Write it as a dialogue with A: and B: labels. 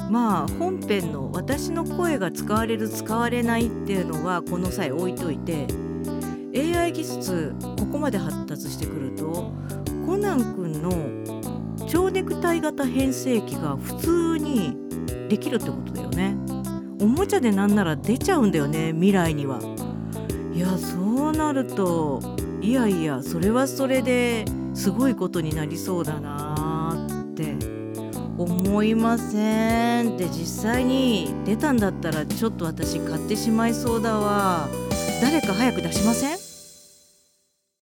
A: 本編の私の声が使われる使われないっていうのはこの際置いといて、 AI 技術ここまで発達してくると、コナン君の蝶ネクタイ型変声機が普通にできるってことだよね。おもちゃでなんなら出ちゃうんだよね、未来には。いや、そうなるといやいや、それはそれですごいことになりそうだなって思いません？で、実際に出たんだったらちょっと私買ってしまいそうだわ。誰か早く出しません？